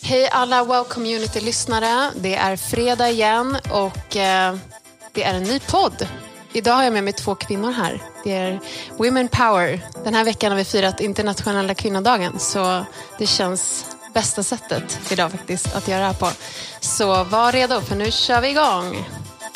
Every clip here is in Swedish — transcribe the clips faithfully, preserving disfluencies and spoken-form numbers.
Hej alla Wow Community-lyssnare. Det är fredag igen och eh, det är en ny podd. Idag har jag med mig två kvinnor här. Det är Women Power. Den här veckan har vi firat internationella kvinnodagen, så det känns bästa sättet idag faktiskt att göra det här på. Så var redo, för nu kör vi igång.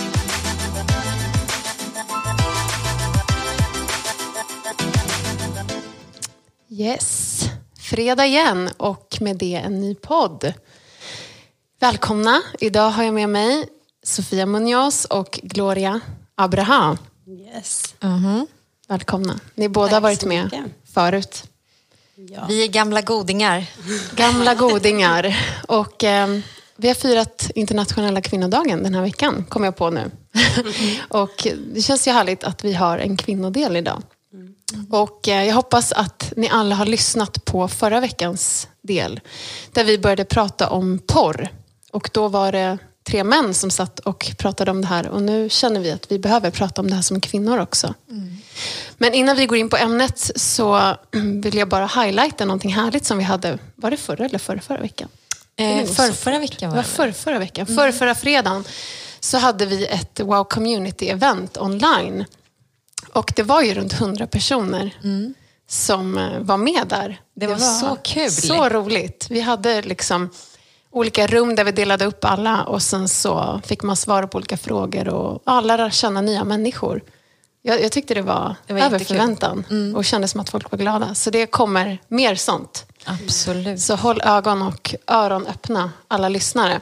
Yes, fredag igen och med det en ny podd. Välkomna, idag har jag med mig Sofia Munoz och Gloria Abraham. Yes. Uh-huh. Välkomna, ni båda har varit med mycket. Förut. Ja. Vi är gamla godingar. Gamla godingar. Och eh, vi har firat internationella kvinnodagen den här veckan, kom jag på nu. Mm. Och det känns ju härligt att vi har en kvinnodel idag. Mm. Och eh, jag hoppas att ni alla har lyssnat på förra veckans del. Där vi började prata om porr. Och då var det tre män som satt och pratade om det här. Och nu känner vi att vi behöver prata om det här som kvinnor också. Mm. Men innan vi går in på ämnet så vill jag bara highlighta någonting härligt som vi hade. Var det förra eller förra, förra veckan? Eh, förra, förra veckan var det. det var förra, förra veckan. Mm. Förra, förra fredagen så hade vi ett Wow Community-event online. Och det var ju runt hundra personer mm. som var med där. Det, det var, var så kul. Så roligt. Vi hade liksom olika rum där vi delade upp alla och sen så fick man svara på olika frågor och alla lärde känna nya människor. Jag, jag tyckte det var, det var över förväntan mm. och kände som att folk var glada. Så det kommer mer sånt. Absolut. Så håll ögon och öron öppna, alla lyssnare.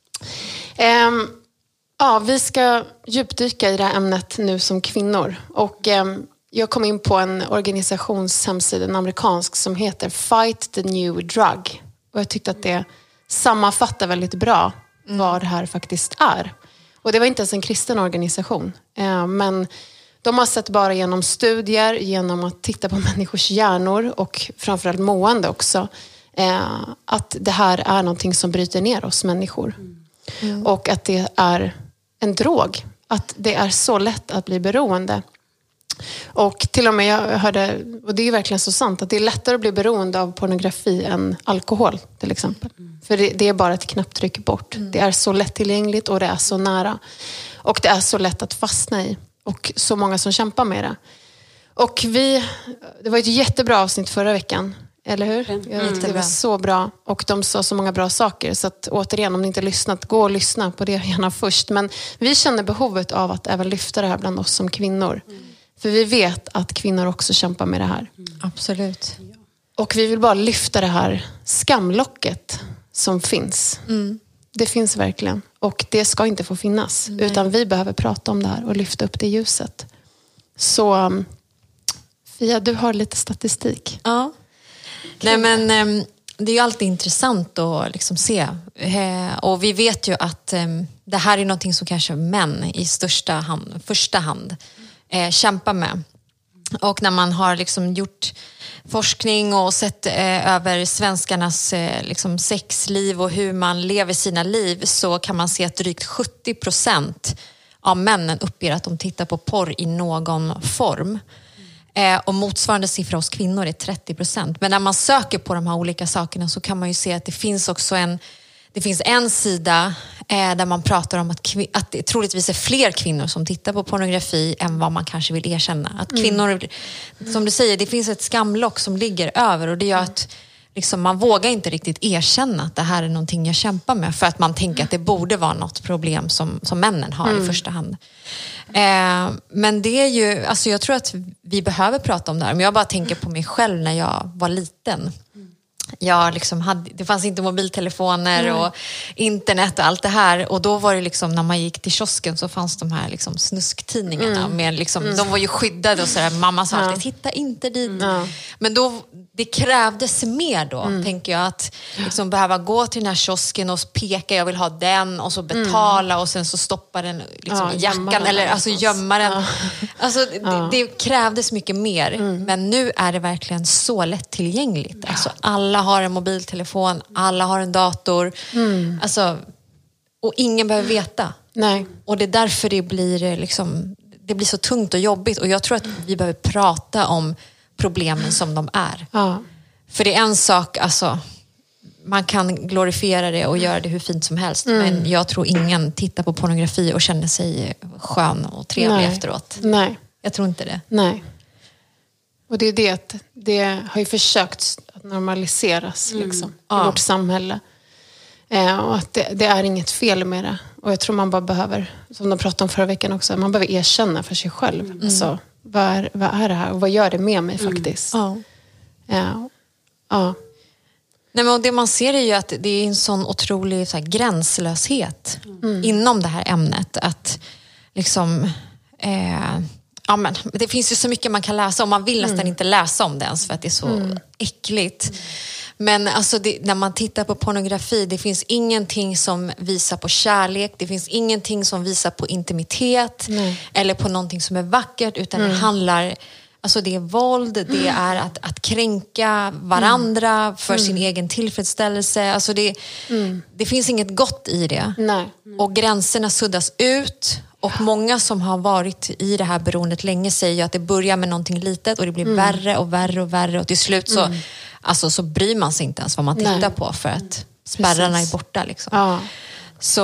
Um, ja, vi ska djupdyka i det här ämnet nu som kvinnor. Och um, jag kom in på en organisations hemsida, en amerikansk, som heter Fight the New Drug. Och jag tyckte att det sammanfattar väldigt bra mm. vad det här faktiskt är. Och det var inte ens en kristen organisation. Uh, men de har sett bara genom studier, genom att titta på människors hjärnor och framförallt mående också, eh, att det här är någonting som bryter ner oss människor. Mm. Och att det är en drog. Att det är så lätt att bli beroende. Och till och med jag hörde, och det är ju verkligen så sant, att det är lättare att bli beroende av pornografi än alkohol till exempel. Mm. För det, det är bara ett knapptryck bort. Mm. Det är så lättillgängligt och det är så nära. Och det är så lätt att fastna i. Och så många som kämpar med det. Och vi, det var ett jättebra avsnitt förra veckan. Eller hur? Mm. Jag vet, det var så bra. Och de sa så många bra saker. Så att återigen, om ni inte lyssnat, gå och lyssna på det gärna först. Men vi känner behovet av att även lyfta det här bland oss som kvinnor. Mm. För vi vet att kvinnor också kämpar med det här. Mm. Absolut. Och vi vill bara lyfta det här skamlocket som finns. Mm. Det finns verkligen. Och det ska inte få finnas. Nej. Utan vi behöver prata om det här och lyfta upp det i ljuset. Så Fia, du har lite statistik. Ja. Nej, men äm, det är ju alltid intressant att liksom se. Eh, och vi vet ju att äm, det här är någonting som kanske män i största hand, första hand eh, kämpar med. Och när man har liksom gjort forskning och sett eh, över svenskarnas eh, liksom sexliv och hur man lever sina liv, så kan man se att drygt sjuttio procent av männen uppger att de tittar på porr i någon form. Eh, och motsvarande siffra hos kvinnor är trettio procent. Men när man söker på de här olika sakerna så kan man ju se att det finns också en Det finns en sida eh, där man pratar om att, kvi- att det troligtvis är fler kvinnor som tittar på pornografi än vad man kanske vill erkänna. Att kvinnor, mm. som du säger, det finns ett skamlock som ligger över, och det gör att liksom, man vågar inte riktigt erkänna att det här är någonting jag kämpar med, för att man tänker att det borde vara något problem som, som männen har mm. i första hand. Eh, men det är ju, alltså jag tror att vi behöver prata om det här. Men jag bara tänker på mig själv när jag var liten. Jag liksom hade, det fanns inte mobiltelefoner mm. och internet och allt det här. Och då var det liksom, när man gick till kiosken så fanns de här liksom snusktidningarna. Mm. Med liksom, mm. De var ju skyddade och sådär. Mamma sa alltid, ja. titta inte dit. Mm. Men då, det krävdes mer då, mm. tänker jag. Att liksom behöva gå till den här kiosken och peka, jag vill ha den. Och så betala mm. och sen så stoppa den liksom ja, i jackan. Eller alltså gömma den. Ja. Alltså det, det krävdes mycket mer. Mm. Men nu är det verkligen så lättillgängligt. Alltså alla har en mobiltelefon, alla har en dator. Mm. Alltså, och ingen behöver veta. Nej. Och det är därför det blir liksom, det blir så tungt och jobbigt. Och jag tror att vi behöver prata om problemen som de är. Ja. För det är en sak, alltså, man kan glorifiera det och göra det hur fint som helst. Mm. Men jag tror ingen tittar på pornografi och känner sig skön och trevlig Nej. efteråt. Nej. Jag tror inte det. Nej. Och det är det att det har ju försökt att normaliseras mm. liksom, ja. i vårt samhälle. Eh, och att det, det är inget fel med det. Och jag tror man bara behöver, som de pratade om förra veckan också, man behöver erkänna för sig själv. Mm. Alltså, vad är, vad är det här? Och vad gör det med mig faktiskt? Mm. Ja. Ja. Ja. Nej, men det man ser är ju att det är en sån otrolig så här, gränslöshet mm. inom det här ämnet. Att liksom... Eh, ja, men, det finns ju så mycket man kan läsa om. Man vill nästan mm. inte läsa om det ens för att det är så mm. äckligt. Mm. Men alltså det, när man tittar på pornografi, det finns ingenting som visar på kärlek. Det finns ingenting som visar på intimitet. Mm. Eller på någonting som är vackert. Utan mm. det handlar... Alltså det är våld, det är att, att kränka varandra mm. för sin mm. egen tillfredsställelse. Alltså det, mm. det finns inget gott i det. Nej. Och gränserna suddas ut. Och många som har varit i det här beroendet länge säger ju att det börjar med någonting litet och det blir mm. värre och värre och värre. Och till slut så, mm. alltså, så bryr man sig inte ens vad man tittar Nej. på för att spärrarna Precis. är borta. Liksom. Ja. Så...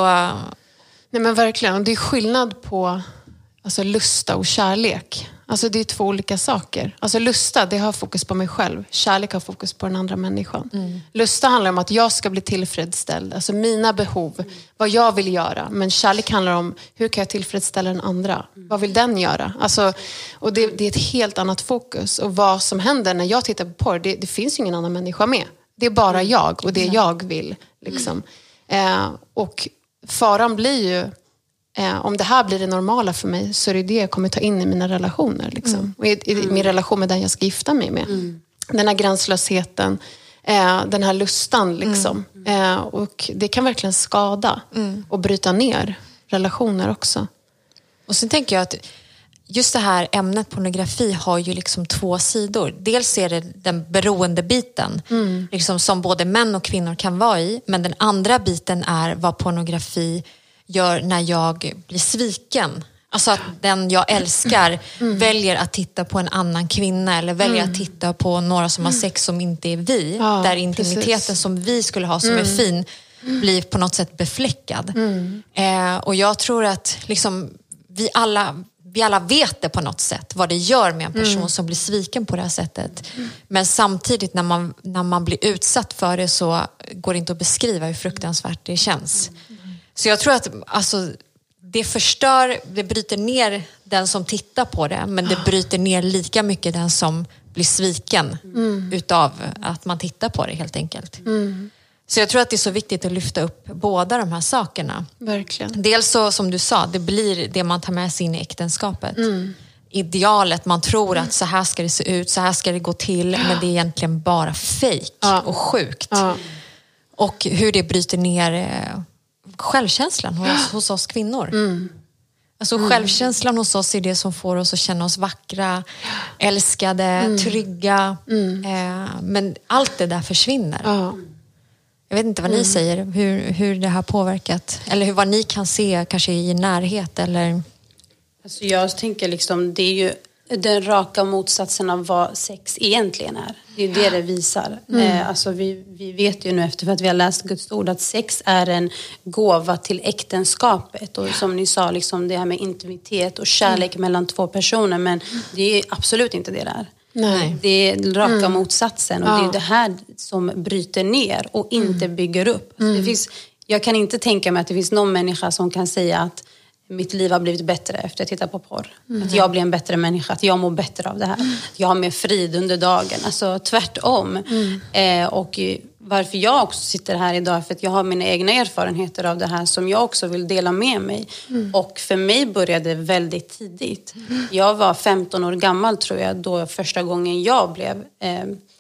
Nej men verkligen, det är skillnad på alltså, lusta och kärlek. Alltså det är två olika saker. Alltså lusta, det har fokus på mig själv. Kärlek har fokus på den andra människan. Mm. Lusta handlar om att jag ska bli tillfredsställd. Alltså mina behov, mm. vad jag vill göra. Men kärlek handlar om hur kan jag tillfredsställa den andra. Mm. Vad vill den göra? Alltså, och det, det är ett helt annat fokus. Och vad som händer när jag tittar på porr, det, det finns ju ingen annan människa med. Det är bara jag och det jag vill. Liksom. Mm. Eh, och faran blir ju... Eh, om det här blir det normala för mig så är det det jag kommer ta in i mina relationer. Liksom. Mm. Och i, i min relation med den jag ska gifta mig med. Mm. Den här gränslösheten, eh, den här lustan. Liksom. Mm. Eh, och det kan verkligen skada mm. och bryta ner relationer också. Och sen tänker jag att just det här ämnet pornografi har ju liksom två sidor. Dels är det den beroende biten mm. liksom, som både män och kvinnor kan vara i. Men den andra biten är vad pornografi gör när jag blir sviken. Alltså att den jag älskar mm. väljer att titta på en annan kvinna eller väljer mm. att titta på några som har sex som inte är vi. Ja, där intimiteten precis. som vi skulle ha som mm. är fin blir på något sätt befläckad. Mm. Eh, och jag tror att liksom, vi, alla, vi alla vet det på något sätt vad det gör med en person mm. som blir sviken på det här sättet. Mm. Men samtidigt när man, när man blir utsatt för det så går det inte att beskriva hur fruktansvärt det känns. Mm. Så jag tror att alltså, det förstör, det bryter ner den som tittar på det. Men det bryter ner lika mycket den som blir sviken mm. utav att man tittar på det helt enkelt. Mm. Så jag tror att det är så viktigt att lyfta upp båda de här sakerna. Verkligen. Dels så, som du sa, det blir det man tar med sig in i äktenskapet. Mm. Idealet, man tror att så här ska det se ut, så här ska det gå till. Men det är egentligen bara fake ja. och sjukt. Ja. Och hur det bryter ner... självkänslan hos, hos oss kvinnor. Mm. Alltså mm. självkänslan hos oss är det som får oss att känna oss vackra, älskade, mm. trygga. Mm. Eh, men allt det där försvinner. Ja. Jag vet inte vad mm. ni säger, hur, hur det har påverkat. Eller hur, vad ni kan se kanske i närhet. Eller... Alltså jag tänker liksom, det är ju den raka motsatsen av vad sex egentligen är. Det är ju det det visar. Mm. Eh, alltså vi, vi vet ju nu efter att vi har läst Guds ord att sex är en gåva till äktenskapet. Och som ni sa, liksom det här med intimitet och kärlek mm. mellan två personer. Men det är absolut inte det där. Nej. Det är raka mm. motsatsen. Och ja. det är det här som bryter ner och inte mm. bygger upp. Mm. Det finns, jag kan inte tänka mig att det finns någon människa som kan säga att mitt liv har blivit bättre efter att titta på porr. Mm. Att jag blir en bättre människa. Att jag mår bättre av det här. Mm. Jag har mer frid under dagen. Alltså tvärtom. Mm. Eh, och varför jag också sitter här idag. För att jag har mina egna erfarenheter av det här. Som jag också vill dela med mig. Mm. Och för mig började det väldigt tidigt. Mm. Jag var femton år gammal tror jag. Då första gången jag blev... Eh,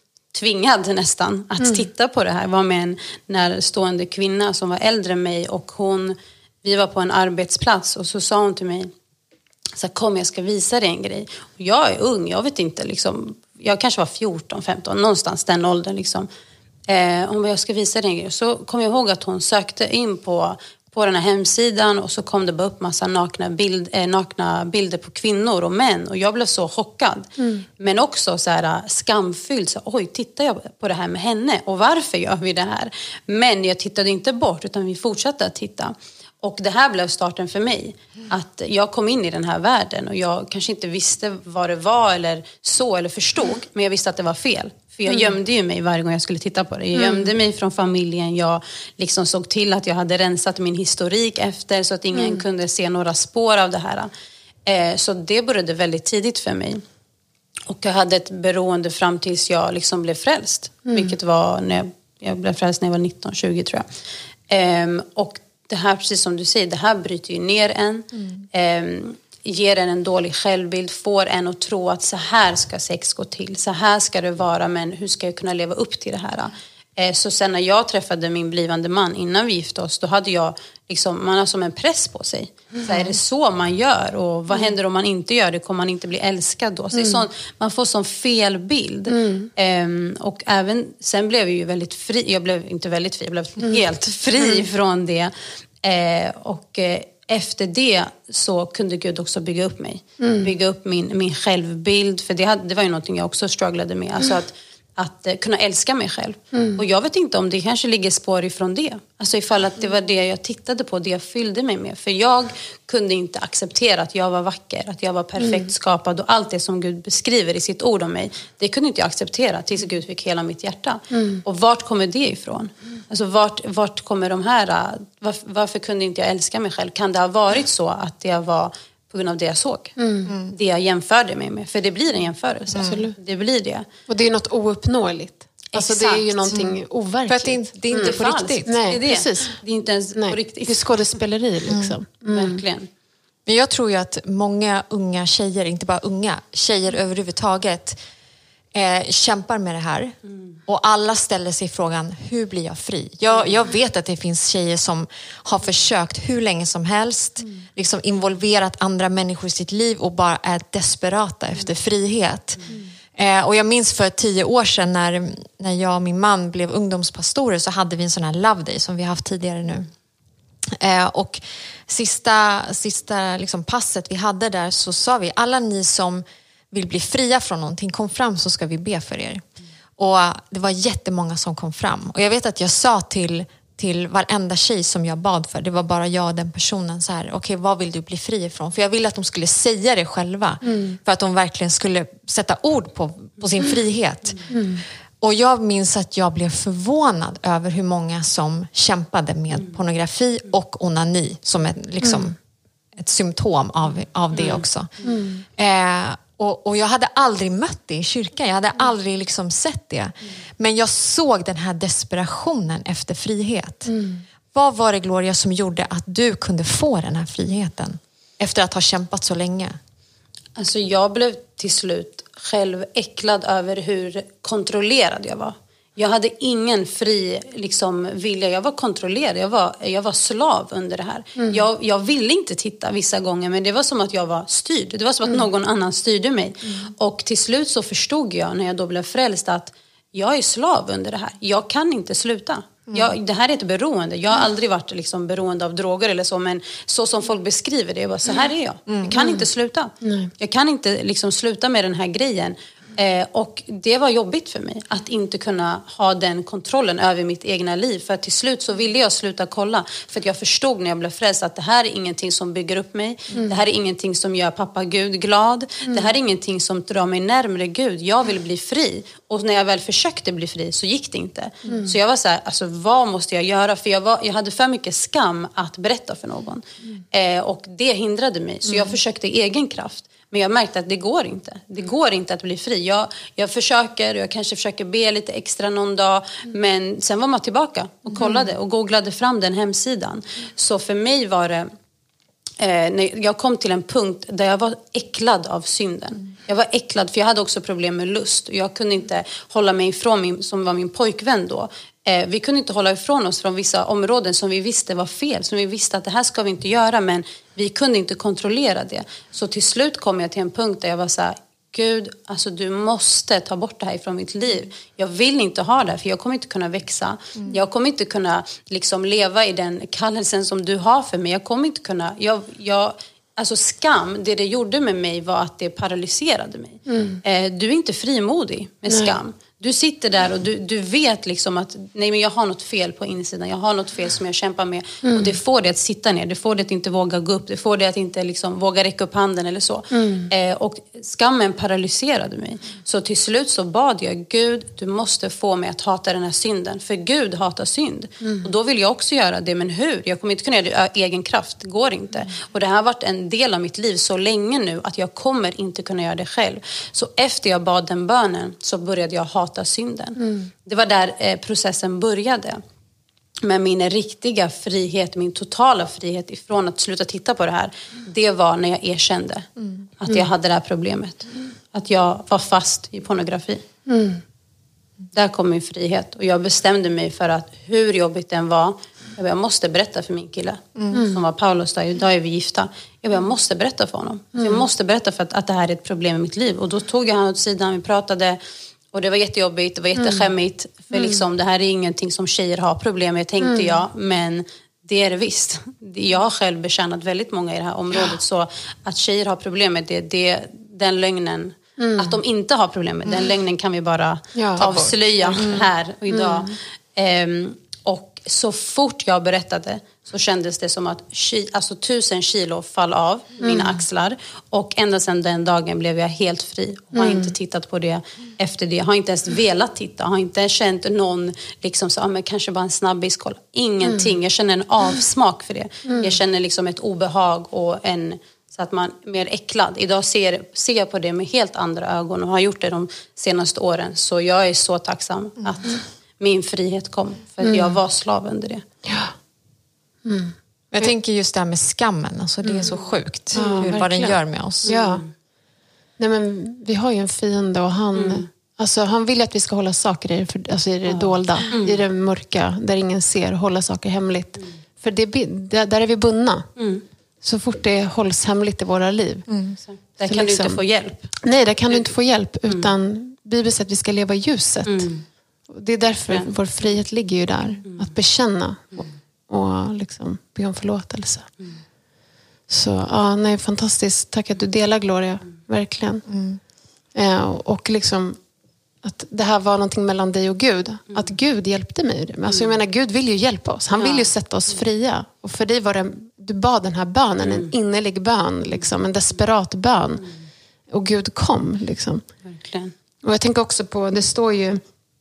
tvingad nästan att mm. titta på det här. Jag var med en närstående kvinna som var äldre än mig. Och hon... Vi var på en arbetsplats och så sa hon till mig så här, kom jag ska visa dig en grej. Och jag är ung, jag vet inte liksom, jag kanske var fjorton, femton, någonstans den åldern liksom. Eh, hon bara, jag ska visa dig en grej. Så kom jag ihåg att hon sökte in på på den här hemsidan och så kom det bara upp massa nakna, bild, eh, nakna bilder på kvinnor och män. Och jag blev så chockad. Mm. Men också så här skamfylld. Så, oj, tittar jag på det här med henne? Och varför gör vi det här? Men jag tittade inte bort utan vi fortsatte att titta. Och det här blev starten för mig. Att jag kom in i den här världen och jag kanske inte visste vad det var eller så eller förstod. Men jag visste att det var fel. För jag gömde ju mig varje gång jag skulle titta på det. Jag gömde mig från familjen. Jag liksom såg till att jag hade rensat min historik efter så att ingen mm. kunde se några spår av det här. Eh, så det började väldigt tidigt för mig. Och jag hade ett beroende fram tills jag liksom blev frälst. Mm. Vilket var när jag, jag blev frälst när jag var nitton tjugo tror jag. Eh, och det här, precis som du säger, det här bryter ju ner en. Mm. Eh, ger en en dålig självbild, får en att tro att så här ska sex gå till, så här ska det vara, men hur ska jag kunna leva upp till det här? Eh, så sen när jag träffade min blivande man innan vi gifte oss, då hade jag liksom, man har som en press på sig. Mm. Så är det så man gör och vad mm. händer om man inte gör det? Kommer man inte bli älskad då? Så mm. det är sån, man får sån fel bild. Mm. Eh, och även, sen blev jag ju väldigt fri, jag blev inte väldigt fri, jag blev mm. helt fri mm. från det. Eh, och eh, efter det så kunde Gud också bygga upp mig. Mm. Bygga upp min, min självbild. För det, hade, det var ju någonting jag också strugglade med. Alltså att, att uh, kunna älska mig själv. Mm. Och jag vet inte om det kanske ligger spår ifrån det. Alltså ifall att det var det jag tittade på. Det jag fyllde mig med. För jag kunde inte acceptera att jag var vacker. Att jag var perfekt mm. skapad. Och allt det som Gud beskriver i sitt ord om mig. Det kunde inte jag acceptera tills Gud fick hela mitt hjärta. Mm. Och vart kommer det ifrån? Alltså vart, vart kommer de här... Varför, varför kunde inte jag älska mig själv? Kan det ha varit så att det var på grund av det jag såg? Mm. Det jag jämförde mig med. För det blir en jämförelse. Mm. Det blir det. Och det är något ouppnåeligt. Alltså det är ju någonting mm. overkligt. För att det, är, det är inte mm. på riktigt. Nej, det är det. Precis. Det är inte ens Nej. på riktigt. Det är skådespeleri liksom. Mm. Mm. Verkligen. Men jag tror ju att många unga tjejer, inte bara unga, tjejer överhuvudtaget eh, kämpar med det här. Mm. Och alla ställer sig frågan, hur blir jag fri? Jag, jag vet att det finns tjejer som har försökt hur länge som helst. Mm. Liksom involverat andra människor i sitt liv och bara är desperata mm. efter frihet. Mm. Eh, och jag minns för tio år sedan när, när jag och min man blev ungdomspastorer så hade vi en sån här Love Day som vi har haft tidigare nu. Eh, och sista, sista liksom passet vi hade där så sa vi, alla ni som vill bli fria från någonting, kom fram så ska vi be för er. Mm. Och det var jättemånga som kom fram. Och jag vet att jag sa till, till varenda tjej som jag bad för, det var bara jag och den personen så här, okej, okay, vad vill du bli fri ifrån? För jag ville att de skulle säga det själva. Mm. För att de verkligen skulle sätta ord på, på sin frihet. Mm. Och jag minns att jag blev förvånad över hur många som kämpade med mm. pornografi och onani som ett, liksom, mm. ett symptom av, av det mm. också. Mm. Eh, och, och jag hade aldrig mött det i kyrkan. Jag hade mm. aldrig liksom sett det. Mm. Men jag såg den här desperationen efter frihet. Mm. Vad var det, Gloria, som gjorde att du kunde få den här friheten efter att ha kämpat så länge? Alltså jag blev till slut själv äcklad över hur kontrollerad jag var. Jag hade ingen fri liksom, vilja. Jag var kontrollerad. Jag var, jag var slav under det här. Mm. Jag, jag ville inte titta vissa gånger. Men det var som att jag var styrd. Det var som att mm. någon annan styrde mig. Mm. Och till slut så förstod jag när jag då blev frälst att jag är slav under det här. Jag kan inte sluta. Mm. Jag, det här är ett beroende. Jag har aldrig varit liksom, beroende av droger eller så. Men så som folk beskriver det. Jag bara, så här är jag. Mm. Jag kan inte sluta. Mm. Jag kan inte liksom, sluta med den här grejen. Eh, och det var jobbigt för mig att inte kunna ha den kontrollen över mitt egna liv. För att till slut så ville jag sluta kolla. För att jag förstod när jag blev frälst att det här är ingenting som bygger upp mig. Mm. Det här är ingenting som gör pappa Gud glad. Mm. Det här är ingenting som drar mig närmare Gud. Jag vill bli fri. Och när jag väl försökte bli fri så gick det inte. Mm. Så jag var så här, alltså vad måste jag göra? För jag, var, jag hade för mycket skam att berätta för någon. Mm. Eh, och det hindrade mig. Så mm. jag försökte egen kraft. Men jag märkte att det går inte. Det går inte att bli fri. Jag, jag försöker, jag kanske försöker be lite extra någon dag. Mm. Men sen var man tillbaka och kollade och googlade fram den hemsidan. Mm. Så för mig var det... Eh, när jag kom till en punkt där jag var äcklad av synden. Mm. Jag var äcklad för jag hade också problem med lust. Och jag kunde inte hålla mig ifrån min, som var min pojkvän då. Eh, vi kunde inte hålla ifrån oss från vissa områden som vi visste var fel. Som vi visste att det här ska vi inte göra. Men vi kunde inte kontrollera det. Så till slut kom jag till en punkt där jag var så här, Gud, alltså du måste ta bort det här ifrån mitt liv. Jag vill inte ha det, för jag kommer inte kunna växa. Mm. Jag kommer inte kunna liksom leva i den kallelsen som du har för mig. Jag kommer inte kunna... Jag, jag, alltså skam, det det gjorde med mig var att det paralyserade mig. Mm. Eh, du är inte frimodig med skam. Nej. Du sitter där och du, du vet liksom att nej, men jag har något fel på insidan. Jag har något fel som jag kämpar med. Mm. Och det får dig att sitta ner. Det får dig att inte våga gå upp. Det får dig att inte liksom våga räcka upp handen eller så. Mm. Eh, och skammen paralyserade mig. Så till slut så bad jag, Gud, du måste få mig att hata den här synden. För Gud hatar synd. Mm. Och då vill jag också göra det. Men hur? Jag kommer inte kunna göra det av egen kraft. Det går inte. Mm. Och det här har varit en del av mitt liv så länge nu att jag kommer inte kunna göra det själv. Så efter jag bad den bönen så började jag hata synden. Mm. Det var där eh, processen började. Men min riktiga frihet, min totala frihet ifrån att sluta titta på det här, mm. det var när jag erkände mm. att jag hade det här problemet. Mm. Att jag var fast i pornografi. Mm. Där kom min frihet. Och jag bestämde mig för att hur jobbigt den var, jag måste berätta för min kille mm. som var Paulus där, idag är vi gifta. Jag måste berätta för honom. Mm. Jag måste berätta för att, att det här är ett problem i mitt liv. Och då tog jag han åt sidan, vi pratade. Och det var jättejobbigt, det var jätteskämmigt. Mm. För liksom, det här är ingenting som tjejer har problem med, tänkte mm. jag. Men det är det visst. Jag har själv betjänat väldigt många i det här området. Ja. Så att tjejer har problem med det, det den lögnen. Mm. Att de inte har problem med mm. den lögnen kan vi bara ja, avslöja mm. här och idag. Mm. Um, och så fort jag berättade så kändes det som att alltså, tusen kilo fall av mm. mina axlar. Och ända sedan den dagen blev jag helt fri. Och har mm. inte tittat på det efter det. Jag har inte ens velat titta. Jag har inte känt någon, liksom så, ah, men kanske bara en snabbiskoll. Ingenting. Mm. Jag känner en avsmak för det. Mm. Jag känner liksom ett obehag och en... Så att man är mer äcklad. Idag ser, ser jag på det med helt andra ögon. Och har gjort det de senaste åren. Så jag är så tacksam mm. att min frihet kom. För att mm. jag var slav under det. Ja. Mm. Jag tänker just det här med skammen. Alltså det är så sjukt. Ja, hur, vad den gör med oss. Ja. Nej, men vi har ju en fiende. Och han, mm. alltså, han vill att vi ska hålla saker i, för, alltså, i det ja. dolda. Mm. I det mörka. Där ingen ser. Hålla saker hemligt. Mm. För det, där, där är vi bundna. Mm. Så fort det hålls hemligt i våra liv. Mm. Så, där kan liksom, du inte få hjälp. Nej, där kan du inte få hjälp. Utan mm. Bibeln säger att vi ska leva i ljuset. Mm. Det är därför ja. vår frihet ligger ju där. Mm. Att bekänna. Och, och liksom be om förlåtelse. Mm. Så, ja, nej, fantastiskt. Tack att du delar, Gloria. Mm. Verkligen. Mm. Eh, och liksom... Att det här var någonting mellan dig och Gud. Mm. Att Gud hjälpte mig. Alltså jag menar, Gud vill ju hjälpa oss. Han ja. vill ju sätta oss fria. Och för dig var det, du bad den här bönen. Mm. En innerlig bön. Liksom, en desperat bön. Mm. Och Gud kom. Liksom. Verkligen. Och jag tänker också på, det står ju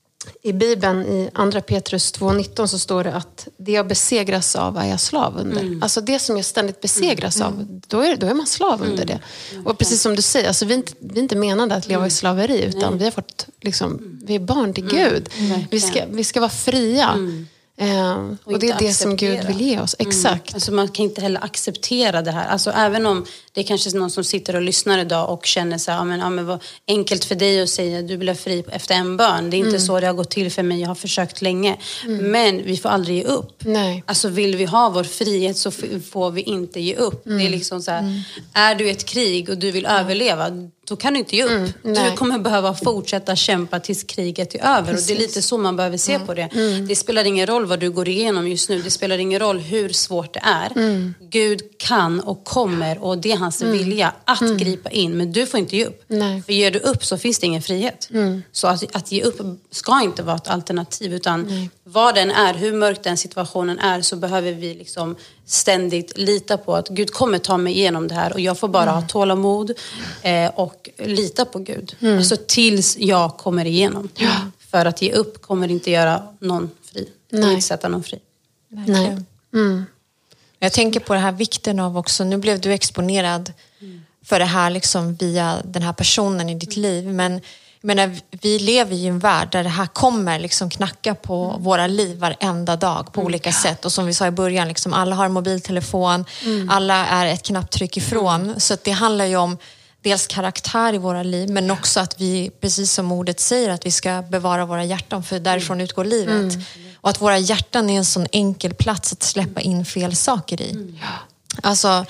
i Bibeln i andra Petrus två nitton så står det att det jag besegras av är jag slav under. Mm. Alltså det som jag ständigt besegras mm. av, då är, då är man slav mm. under det. Och precis som du säger, alltså vi är inte, vi är inte menade att leva mm. i slaveri, utan Nej. vi har fått, liksom, vi är barn till Gud. Mm. Vi, ska, vi ska vara fria. Mm. Eh, och, och det är det som Gud vill ge oss. Exakt. Mm. Alltså man kan inte heller acceptera det här. Alltså även om det är kanske någon som sitter och lyssnar idag och känner så här, ja men, ja, men vad enkelt för dig att säga du blir fri efter en bön. Det är inte mm. så det har gått till för mig. Jag har försökt länge. Mm. Men vi får aldrig ge upp. Nej. Alltså vill vi ha vår frihet så får vi inte ge upp. Mm. Det är liksom så här, mm. är du i ett krig och du vill mm. överleva, då kan du inte ge upp. Mm, du kommer behöva fortsätta kämpa tills kriget är över. Precis. Och det är lite så man behöver se mm. på det. Mm. Det spelar ingen roll vad du går igenom just nu. Det spelar ingen roll hur svårt det är. Mm. Gud kan och kommer, och det är hans mm. vilja att mm. gripa in. Men du får inte ge upp. Nej. För ger du upp så finns det ingen frihet. Mm. Så att, att ge upp ska inte vara ett alternativ. Utan Nej. vad den är, hur mörk den situationen är, så behöver vi liksom ständigt lita på att Gud kommer ta mig igenom det här. Och jag får bara mm. ha tålamod eh, och lita på Gud. Mm. Alltså tills jag kommer igenom. Ja. För att ge upp kommer inte göra någon fri. Nej. Inte sätta någon fri. Nej. Mm. Jag tänker på det här vikten av också, nu blev du exponerad mm. för det här liksom via den här personen i ditt liv. Men jag menar, vi lever i en värld där det här kommer liksom knacka på mm. våra liv varenda dag på mm. olika sätt. Och som vi sa i början, liksom, alla har en mobiltelefon, mm. alla är ett knapptryck ifrån. Mm. Så att det handlar ju om dels karaktär i våra liv, men också att vi, precis som ordet säger, att vi ska bevara våra hjärtan, för därifrån utgår livet. Mm. Och att våra hjärtan är en sån enkel plats att släppa in fel saker i. Mm. Alltså,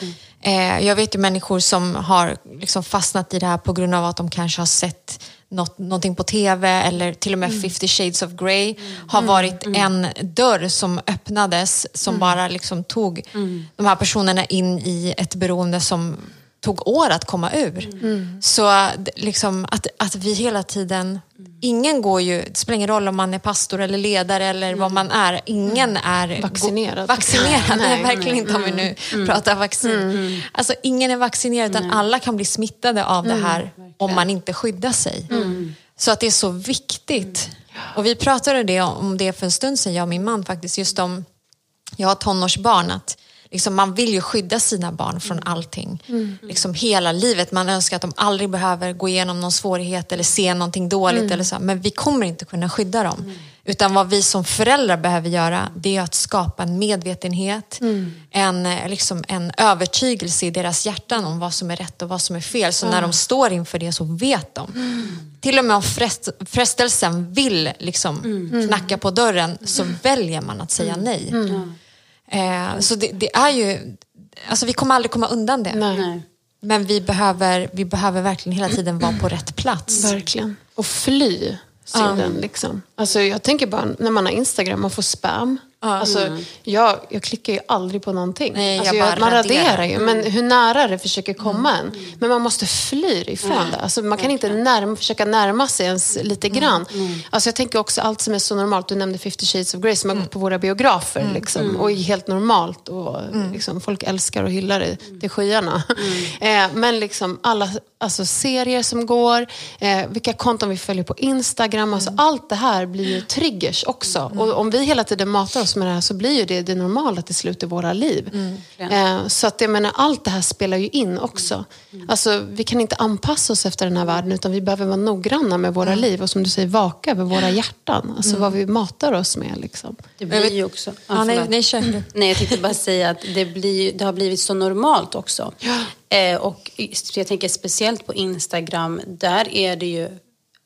Eh, jag vet ju människor som har liksom fastnat i det här på grund av att de kanske har sett något, någonting på tv eller till och med mm. Fifty Shades of Grey mm. har varit mm. en dörr som öppnades som mm. bara liksom tog mm. de här personerna in i ett beroende som tog år att komma ur. Mm. Så liksom att, att vi hela tiden, ingen går ju, det spelar ingen roll om man är pastor eller ledare eller mm. vad man är, ingen är vaccinerad. Go- vaccinerad, nej, verkligen nej. Inte om vi nu mm. pratar vaccin. Mm. Alltså ingen är vaccinerad utan nej. Alla kan bli smittade av mm. det här om man inte skyddar sig. Mm. Så att det är så viktigt. Mm. Och vi pratade det om det för en stund sedan, jag och min man faktiskt, just om, jag har tonårsbarn, att liksom, man vill ju skydda sina barn från allting. Mm. Liksom hela livet. Man önskar att de aldrig behöver gå igenom någon svårighet eller se någonting dåligt. Mm. Eller så. Men vi kommer inte kunna skydda dem. Mm. Utan vad vi som föräldrar behöver göra, det är att skapa en medvetenhet. Mm. En, liksom, en övertygelse i deras hjärtan om vad som är rätt och vad som är fel. Så mm. när de står inför det så vet de. Mm. Till och med om frest, frestelsen vill liksom, mm. knacka på dörren så mm. väljer man att säga nej. Mm. Eh, så det, det är ju, alltså vi kommer aldrig komma undan det. Nej. Men vi behöver, vi behöver verkligen hela tiden vara på rätt plats. Verkligen. Och fly synden mm. liksom. Alltså jag tänker bara när man har Instagram, man får spam. Mm. Alltså jag, jag klickar ju aldrig på någonting. Nej, alltså, jag jag, man raderar, raderar ju. Men hur nära det försöker komma mm. en. Men man måste fly ifrån mm. det. Alltså man kan inte närma, försöka närma sig ens lite grann. Mm. Mm. Alltså jag tänker också allt som är så normalt. Du nämnde Fifty Shades of Grey som har gått på våra biografer. Mm. Liksom, mm. och är helt normalt. Och mm. liksom, folk älskar och hyllar det till skyarna. Mm. eh, men liksom alla alltså, serier som går. Eh, vilka konton vi följer på Instagram. Alltså, mm. allt det här blir ju triggers också. Mm. Och om vi hela tiden matar oss med det här så blir ju det det normala till slut i våra liv. Mm. Eh, så att jag menar, allt det här spelar ju in också. Mm. Alltså vi kan inte anpassa oss efter den här världen utan vi behöver vara noggranna med våra mm. liv och som du säger vaka över våra hjärtan. Alltså mm. vad vi matar oss med liksom. Det blir ju också... Ja, ah, nej, nej, kör du. Nej, jag tänkte bara säga att det, blir, det har blivit så normalt också. Ja. Eh, och jag tänker speciellt på Instagram, där är det ju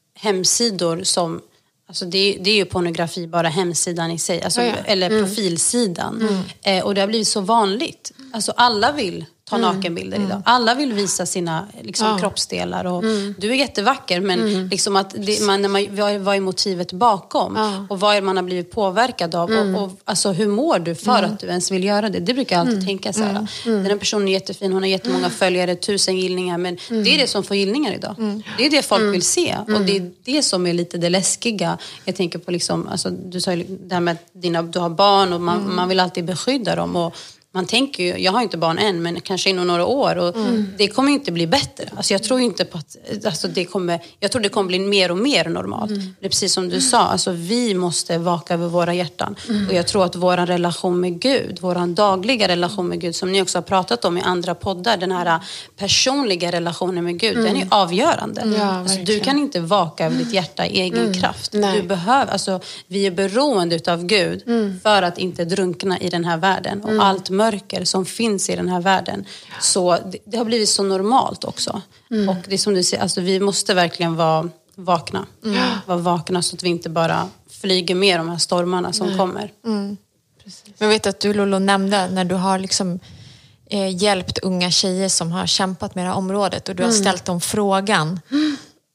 hemsidor som... Alltså det, det är ju pornografi, bara hemsidan i sig. Alltså, ja, ja. Eller mm. profilsidan. Mm. Eh, och det har blivit så vanligt. Alltså alla vill ta mm. nakenbilder mm. idag. Alla vill visa sina liksom, ja. kroppsdelar. Och mm. du är jättevacker, men mm. liksom att det, man, när man, vad är motivet bakom? Ja. Och vad är man har blivit påverkad av? Mm. Och, och alltså, hur mår du för mm. att du ens vill göra det? Det brukar jag alltid mm. tänka så här. Mm. Mm. Den här personen är jättefin, hon har jättemånga mm. följare, tusen gillningar. Men mm. det är det som får gillningar idag. Mm. Det är det folk mm. vill se. Mm. Och det är det som är lite det läskiga. Jag tänker på liksom, alltså, du sa ju det här med att dina, du har barn och man, mm. man vill alltid beskydda dem. Och man tänker ju, jag har inte barn än, men kanske inom några år och mm. det kommer inte bli bättre. Alltså jag tror inte på att, alltså det kommer, jag tror det kommer bli mer och mer normalt. Mm. Det är precis som du sa, alltså vi måste vaka över våra hjärtan. Mm. Och jag tror att vår relation med Gud, vår dagliga relation med Gud, som ni också har pratat om i andra poddar, den här personliga relationen med Gud, mm. den är avgörande. Mm. Ja, alltså, du kan inte vaka över ditt hjärta i egen mm. kraft. Nej. Du behöver, alltså vi är beroende utav Gud mm. för att inte drunkna i den här världen. Och mm. allt mörker som finns i den här världen. Så det, det har blivit så normalt också. Mm. Och det är som du säger, alltså vi måste verkligen vara vakna. Mm. Vara vakna så att vi inte bara flyger med de här stormarna som mm. kommer. Mm. Precis. Jag vet att du, Lolo, nämnde när du har liksom eh, hjälpt unga tjejer som har kämpat med det här området och du har mm. ställt dem frågan. Mm.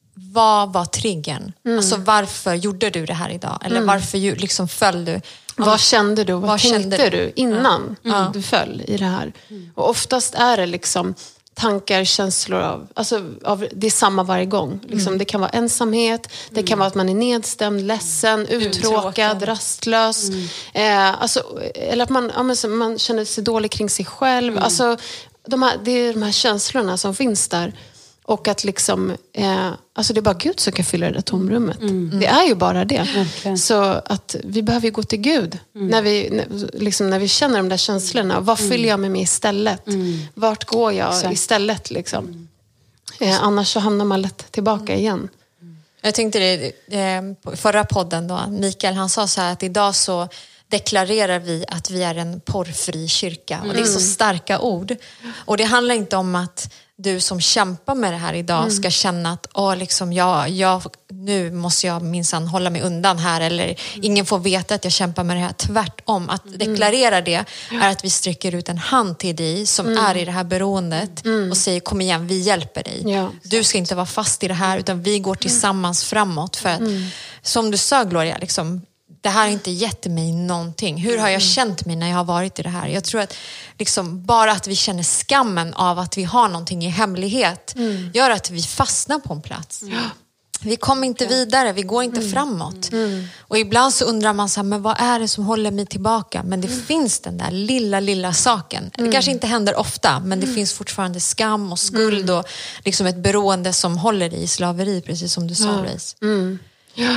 Vad var triggern? Mm. Alltså varför gjorde du det här idag? Eller mm. varför liksom föll du? Vad kände du? Vad, vad tänkte kände du innan mm. du föll i det här? Mm. Och oftast är det liksom tankar, känslor av, alltså av det är samma varje gång. Liksom, mm. Det kan vara ensamhet, det mm. kan vara att man är nedstämd, ledsen, mm. uttråkad, mm. rastlös. Mm. Eh, alltså, eller att man, ja, men, man känner sig dålig kring sig själv. Mm. Alltså, de här, det är de här känslorna som finns där. Och att liksom, eh, alltså det är bara Gud som kan fylla det där tomrummet. Mm. Det är ju bara det. Okay. Så att vi behöver ju gå till Gud. Mm. När, vi, när, liksom, när vi känner de där känslorna. Vad fyller mm. jag med mig istället? Mm. Vart går jag Exakt. istället? Liksom? Mm. Eh, annars så hamnar man lätt tillbaka igen. Jag tänkte det, eh, förra podden då. Mikael, han sa så här att idag så deklarerar vi att vi är en porrfri kyrka. Och det är så starka ord. Och det handlar inte om att du som kämpar med det här idag mm. ska känna att åh, liksom, jag, jag, nu måste jag minsann hålla mig undan här. Eller mm. ingen får veta att jag kämpar med det här. Tvärtom, att mm. deklarera det är att vi sträcker ut en hand till dig som mm. är i det här beroendet mm. och säger kom igen, vi hjälper dig. Ja, du ska inte vara fast i det här utan vi går tillsammans mm. framåt. För att, mm. som du sa Gloria, liksom, det här har inte gett mig någonting. Hur har jag känt mig när jag har varit i det här? Jag tror att liksom, bara att vi känner skammen av att vi har någonting i hemlighet mm. gör att vi fastnar på en plats. Mm. Vi kommer inte vidare, vi går inte mm. framåt. Mm. Och ibland så undrar man så här, men vad är det som håller mig tillbaka? Men det mm. finns den där lilla, lilla saken. Mm. Det kanske inte händer ofta, men det mm. finns fortfarande skam och skuld och liksom ett beroende som håller i slaveri, precis som du sa, ja. Reis. Mm. Ja.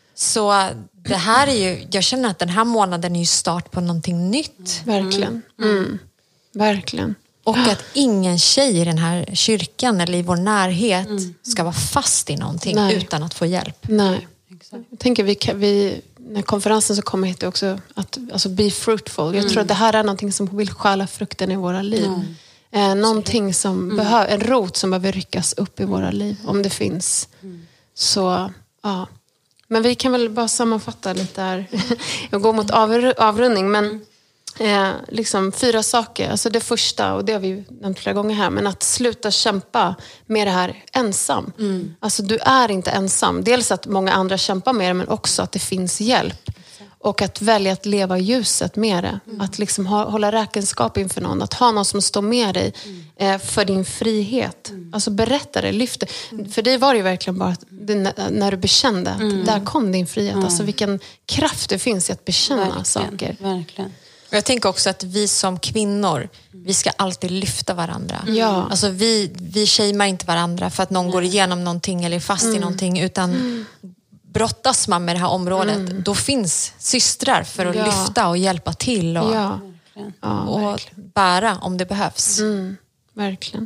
Så det här är ju, jag känner att den här månaden är ju start på någonting nytt. Verkligen. Mm. Verkligen. Och att ingen tjej i den här kyrkan eller i vår närhet mm. ska vara fast i någonting Nej. Utan att få hjälp. Nej. Exakt. Jag tänker vi, vi när konferensen så kommer det också att alltså be fruitful. Jag mm. tror att det här är någonting som vill stjäla frukten i våra liv. Mm. Eh, någonting som mm. behöver, en rot som behöver ryckas upp i våra liv om det finns. Mm. Så ja. Men vi kan väl bara sammanfatta lite här. Jag går mot av, avrundning. Men eh, liksom fyra saker. Alltså det första, och det har vi nämnt flera gånger här. Men att sluta kämpa med det här ensam. Mm. Alltså du är inte ensam. Dels att många andra kämpar med det. Men också att det finns hjälp. Och att välja att leva ljuset med det. Mm. Att liksom ha, hålla räkenskap inför någon. Att ha någon som står med dig mm. eh, för din frihet. Mm. Alltså berätta det, lyft det. Mm. För dig var det ju verkligen bara att det, när du bekände att mm. där kom din frihet. Mm. Alltså vilken kraft det finns i att bekänna verkligen. Saker. Verkligen. Och jag tänker också att vi som kvinnor, vi ska alltid lyfta varandra. Ja. Alltså vi, vi shamear inte varandra för att någon Nej. Går igenom någonting eller är fast mm. i någonting. Utan... Mm. brottas man med det här området, mm. då finns systrar för att ja. Lyfta och hjälpa till och, ja. Ja, och bära om det behövs. Mm. Verkligen.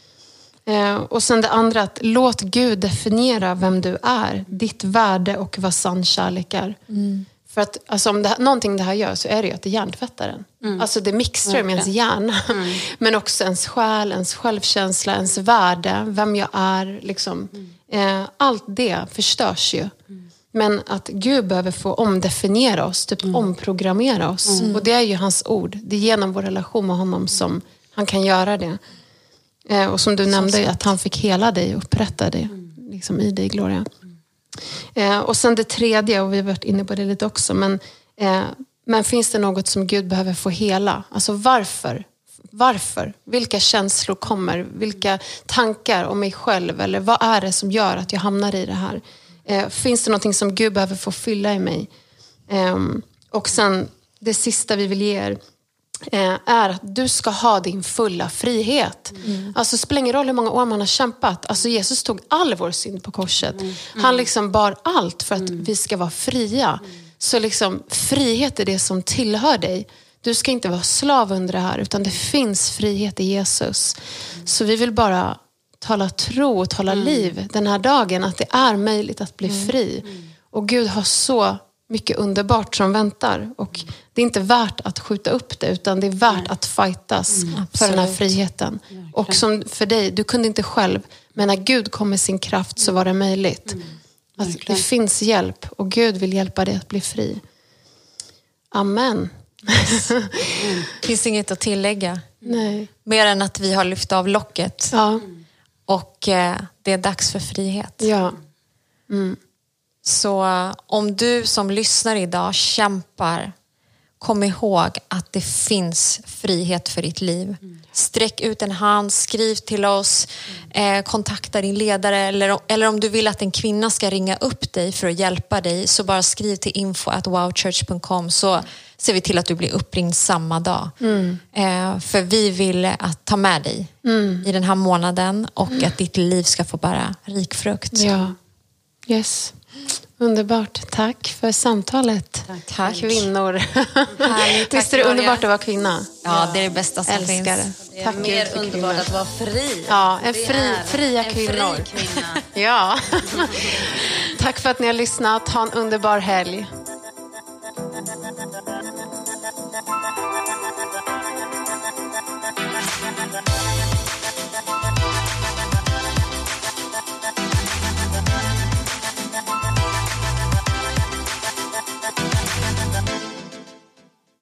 Eh, och sen det andra, att låt Gud definiera vem du är, ditt värde och vad sann kärlek är. Mm. För att alltså, om det här, någonting det här gör så är det ju att det hjärntvättar den. Mm. Alltså det mixtrar med ens hjärna. Mm. Men också ens själ, ens självkänsla, ens värde, vem jag är. Liksom. Mm. Eh, allt det förstörs ju. Mm. Men att Gud behöver få omdefiniera oss, typ mm. omprogrammera oss. Mm. Och det är ju hans ord. Det är genom vår relation med honom som han kan göra det. Eh, och som du så nämnde, sant. Att han fick hela dig och upprätta det mm. liksom i dig, Gloria. Eh, och sen det tredje, och vi har varit inne på det lite också, men, eh, men finns det något som Gud behöver få hela? Alltså varför? Varför? Vilka känslor kommer? Vilka tankar om mig själv? Eller vad är det som gör att jag hamnar i det här? Eh, finns det någonting som Gud behöver få fylla i mig? Eh, och sen det sista vi vill ge er eh, är att du ska ha din fulla frihet. Mm. Alltså det spelar ingen roll hur många år man har kämpat. Alltså Jesus tog all vår synd på korset. Mm. Mm. Han liksom bar allt för att mm. vi ska vara fria. Mm. Så liksom frihet är det som tillhör dig. Du ska inte vara slav under det här, utan det finns frihet i Jesus. Mm. Så vi vill bara tala tro och tala mm. liv den här dagen, att det är möjligt att bli mm. fri. Mm. Och Gud har så mycket underbart som väntar. Och det är inte värt att skjuta upp det, utan det är värt mm. att fightas mm. för den här friheten. Mm. Och som för dig, du kunde inte själv, men när Gud kom med sin kraft så var det möjligt. Mm. Att det finns hjälp, och Gud vill hjälpa dig att bli fri. Amen. Yes. Mm. Finns inget att tillägga. Nej. Mer än att vi har lyft av locket. Ja. Och eh, det är dags för frihet. Ja. Mm. Så om du som lyssnar idag kämpar, kom ihåg att det finns frihet för ditt liv. Mm. Sträck ut en hand, skriv till oss, mm. eh, kontakta din ledare, eller, eller om du vill att en kvinna ska ringa upp dig för att hjälpa dig, så bara skriv till info at wowchurch dot com, så ser vi till att du blir uppringd samma dag. Mm. Eh, för vi vill att ta med dig mm. i den här månaden, och mm. att ditt liv ska få bära rik frukt. Ja, yes. Underbart. Tack för samtalet. Tack. Tack. Kvinnor. Härligt. Visst är det underbart att vara kvinna? Ja, det är det bästa som Älskar finns. Det. Det är Tack mer underbart kvinnor. Att vara fri. Ja, en det fri, fria en kvinnor. Fri kvinna. Ja. Tack för att ni har lyssnat. Ha en underbar helg. Tack.